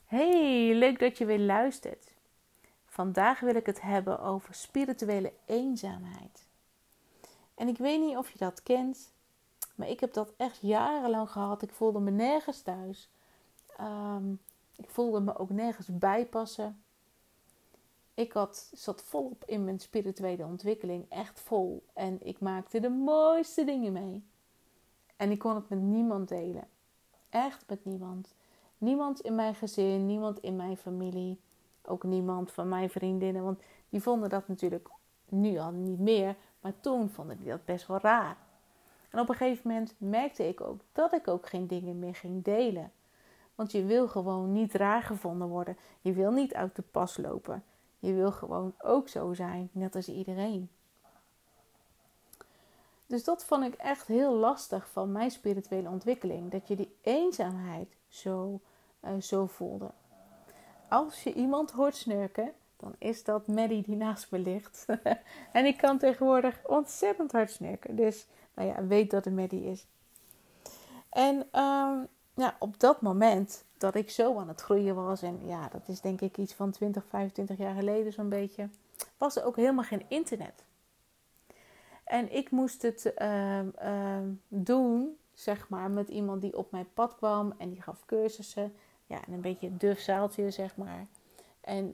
Hey, leuk dat je weer luistert. Vandaag wil ik het hebben over spirituele eenzaamheid. En ik weet niet of je dat kent, maar ik heb dat echt jarenlang gehad. Ik voelde me nergens thuis. Ik voelde me ook nergens bijpassen. Zat volop in mijn spirituele ontwikkeling, echt vol. En ik maakte de mooiste dingen mee. En ik kon het met niemand delen. Echt met niemand. Niemand in mijn gezin, niemand in mijn familie. Ook niemand van mijn vriendinnen. Want die vonden dat natuurlijk nu al niet meer. Maar toen vonden die dat best wel raar. En op een gegeven moment merkte ik ook dat ik ook geen dingen meer ging delen. Want je wil gewoon niet raar gevonden worden. Je wil niet uit de pas lopen. Je wil gewoon ook zo zijn, net als iedereen. Dus dat vond ik echt heel lastig van mijn spirituele ontwikkeling. Dat je die eenzaamheid zo voelde. Als je iemand hoort snurken, dan is dat Maddie die naast me ligt. En ik kan tegenwoordig ontzettend hard snurken. Dus weet dat het Maddie is. En op dat moment dat ik zo aan het groeien was. En ja, dat is denk ik iets van 20, 25 jaar geleden zo'n beetje. Was er ook helemaal geen internet. En ik moest het doen, zeg maar, met iemand die op mijn pad kwam. En die gaf cursussen. Ja, en een beetje een duf zaaltje, zeg maar. En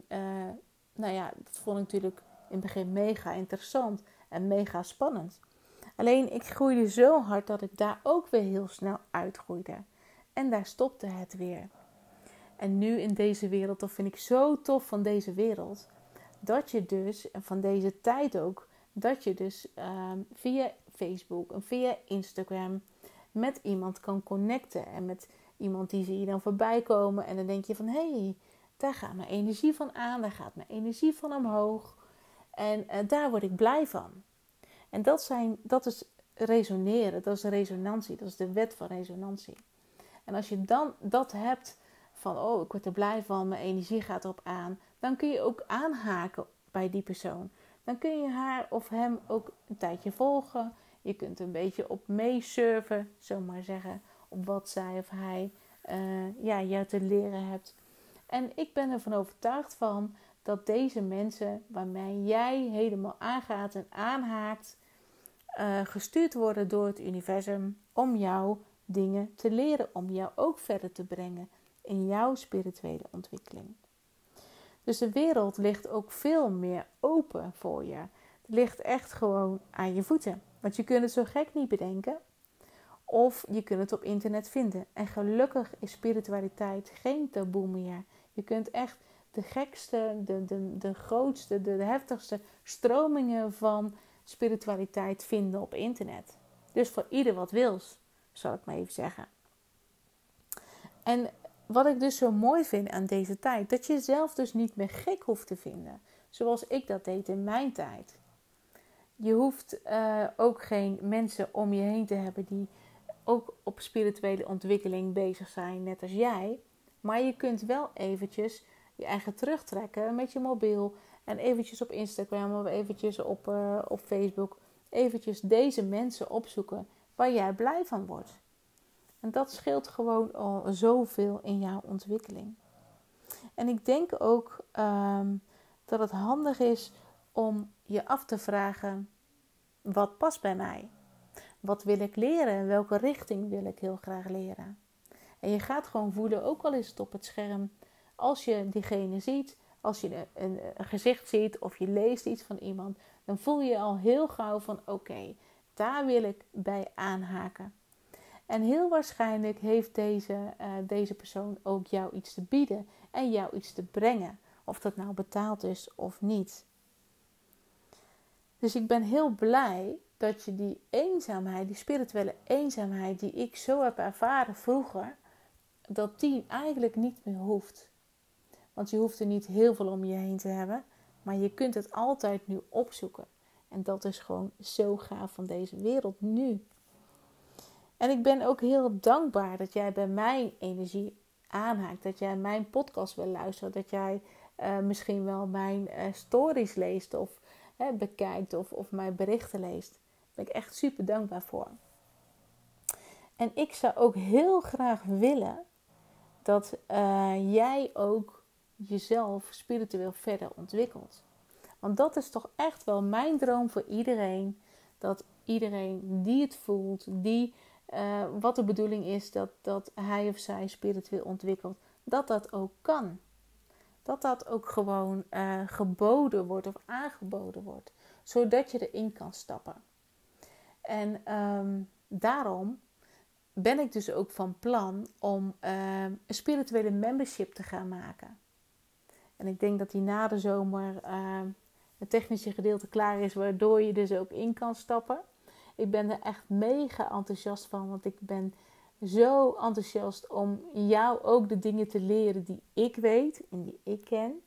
dat vond ik natuurlijk in het begin mega interessant. En mega spannend. Alleen, ik groeide zo hard dat ik daar ook weer heel snel uitgroeide. En daar stopte het weer. En nu in deze wereld, dat vind ik zo tof van deze wereld. Dat je dus, en van deze tijd ook, dat je dus via Facebook en via Instagram met iemand kan connecten. En met iemand die zie je dan voorbij komen. En dan denk je van, hé, daar gaat mijn energie van aan. Daar gaat mijn energie van omhoog. En daar word ik blij van. En dat is resoneren. Dat is resonantie. Dat is de wet van resonantie. En als je dan dat hebt van, oh, ik word er blij van. Mijn energie gaat erop aan. Dan kun je ook aanhaken bij die persoon. Dan kun je haar of hem ook een tijdje volgen. Je kunt een beetje op meesurfen, zomaar zeggen. Op wat zij of hij jou te leren hebt. En ik ben ervan overtuigd van dat deze mensen waarmee jij helemaal aangaat en aanhaakt, gestuurd worden door het universum om jou dingen te leren. Om jou ook verder te brengen in jouw spirituele ontwikkeling. Dus de wereld ligt ook veel meer open voor je. Het ligt echt gewoon aan je voeten. Want je kunt het zo gek niet bedenken. Of je kunt het op internet vinden. En gelukkig is spiritualiteit geen taboe meer. Je kunt echt de gekste, de grootste, de heftigste stromingen van spiritualiteit vinden op internet. Dus voor ieder wat wils, zal ik maar even zeggen. En wat ik dus zo mooi vind aan deze tijd, dat je jezelf dus niet meer gek hoeft te vinden. Zoals ik dat deed in mijn tijd. Je hoeft ook geen mensen om je heen te hebben die ook op spirituele ontwikkeling bezig zijn, net als jij. Maar je kunt wel eventjes je eigen terugtrekken met je mobiel. En eventjes op Instagram of eventjes op Facebook. Eventjes deze mensen opzoeken waar jij blij van wordt. En dat scheelt gewoon al zoveel in jouw ontwikkeling. En ik denk ook dat het handig is om je af te vragen, wat past bij mij? Wat wil ik leren? Welke richting wil ik heel graag leren? En je gaat gewoon voelen, ook al is het op het scherm, als je diegene ziet, als je een gezicht ziet of je leest iets van iemand, dan voel je al heel gauw van oké, daar wil ik bij aanhaken. En heel waarschijnlijk heeft deze persoon ook jou iets te bieden en jou iets te brengen. Of dat nou betaald is of niet. Dus ik ben heel blij dat je die eenzaamheid, die spirituele eenzaamheid die ik zo heb ervaren vroeger, dat die eigenlijk niet meer hoeft. Want je hoeft er niet heel veel om je heen te hebben, maar je kunt het altijd nu opzoeken. En dat is gewoon zo gaaf van deze wereld nu. En ik ben ook heel dankbaar dat jij bij mijn energie aanhaakt. Dat jij mijn podcast wil luisteren. Dat jij misschien wel mijn stories leest of bekijkt of mijn berichten leest. Daar ben ik echt super dankbaar voor. En ik zou ook heel graag willen dat jij ook jezelf spiritueel verder ontwikkelt. Want dat is toch echt wel mijn droom voor iedereen. Dat iedereen die het voelt, die wat de bedoeling is dat hij of zij spiritueel ontwikkelt, dat dat ook kan. Dat dat ook gewoon geboden wordt of aangeboden wordt. Zodat je erin kan stappen. En daarom ben ik dus ook van plan om een spirituele membership te gaan maken. En ik denk dat die na de zomer het technische gedeelte klaar is, waardoor je dus ook in kan stappen. Ik ben er echt mega enthousiast van, want ik ben zo enthousiast om jou ook de dingen te leren die ik weet en die ik ken.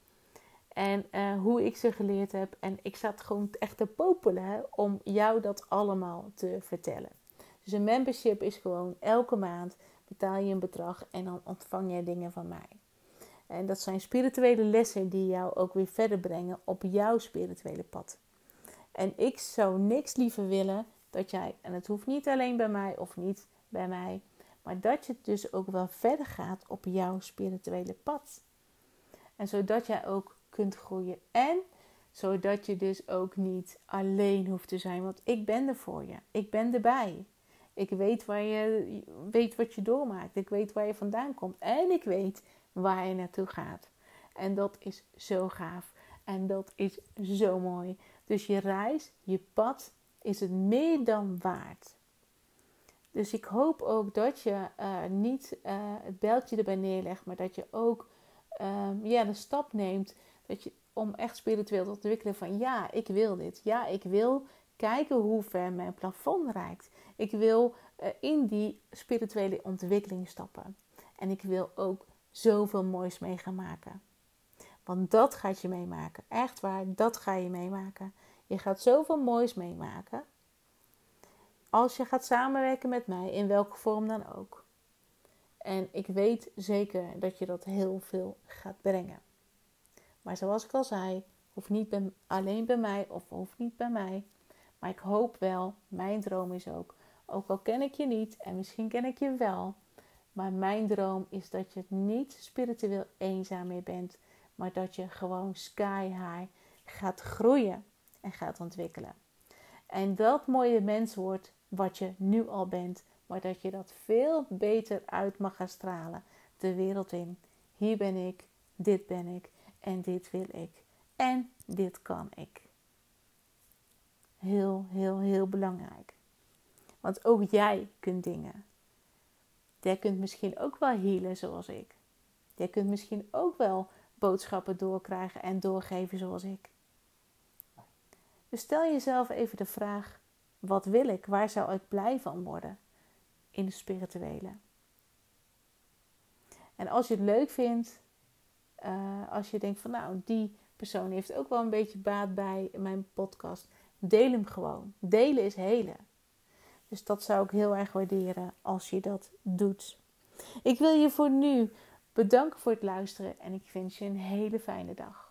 En hoe ik ze geleerd heb. En ik zat gewoon echt te popelen om jou dat allemaal te vertellen. Dus een membership is gewoon elke maand betaal je een bedrag en dan ontvang jij dingen van mij. En dat zijn spirituele lessen die jou ook weer verder brengen op jouw spirituele pad. En ik zou niks liever willen dat jij, en het hoeft niet alleen bij mij of niet bij mij, maar dat je dus ook wel verder gaat op jouw spirituele pad. En zodat jij ook kunt groeien en zodat je dus ook niet alleen hoeft te zijn, want ik ben er voor je. Ik ben erbij. Ik weet wat je doormaakt. Ik weet waar je vandaan komt. En ik weet waar je naartoe gaat. En dat is zo gaaf. En dat is zo mooi. Dus je reis, je pad, is het meer dan waard. Dus ik hoop ook dat je niet het bijltje erbij neerlegt, maar dat je ook de stap neemt om echt spiritueel te ontwikkelen van ja, ik wil dit. Ja, ik wil kijken hoe ver mijn plafond reikt. Ik wil in die spirituele ontwikkeling stappen. En ik wil ook zoveel moois mee gaan maken. Want dat gaat je meemaken. Echt waar, dat ga je meemaken. Je gaat zoveel moois meemaken. Als je gaat samenwerken met mij, in welke vorm dan ook. En ik weet zeker dat je dat heel veel gaat brengen. Maar zoals ik al zei, hoeft niet alleen bij mij of hoeft niet bij mij. Maar ik hoop wel, mijn droom is ook al ken ik je niet en misschien ken ik je wel. Maar mijn droom is dat je niet spiritueel eenzaam meer bent. Maar dat je gewoon sky high gaat groeien en gaat ontwikkelen. En dat mooie mens wordt wat je nu al bent. Maar dat je dat veel beter uit mag gaan stralen de wereld in. Hier ben ik, dit ben ik en dit wil ik. En dit kan ik. Heel, heel, heel belangrijk. Want ook jij kunt dingen. Jij kunt misschien ook wel healen zoals ik. Jij kunt misschien ook wel boodschappen doorkrijgen en doorgeven zoals ik. Dus stel jezelf even de vraag, wat wil ik? Waar zou ik blij van worden in de spirituele? En als je het leuk vindt, als je denkt van nou, die persoon heeft ook wel een beetje baat bij mijn podcast, deel hem gewoon. Delen is helen. Dus dat zou ik heel erg waarderen als je dat doet. Ik wil je voor nu bedanken voor het luisteren en ik wens je een hele fijne dag.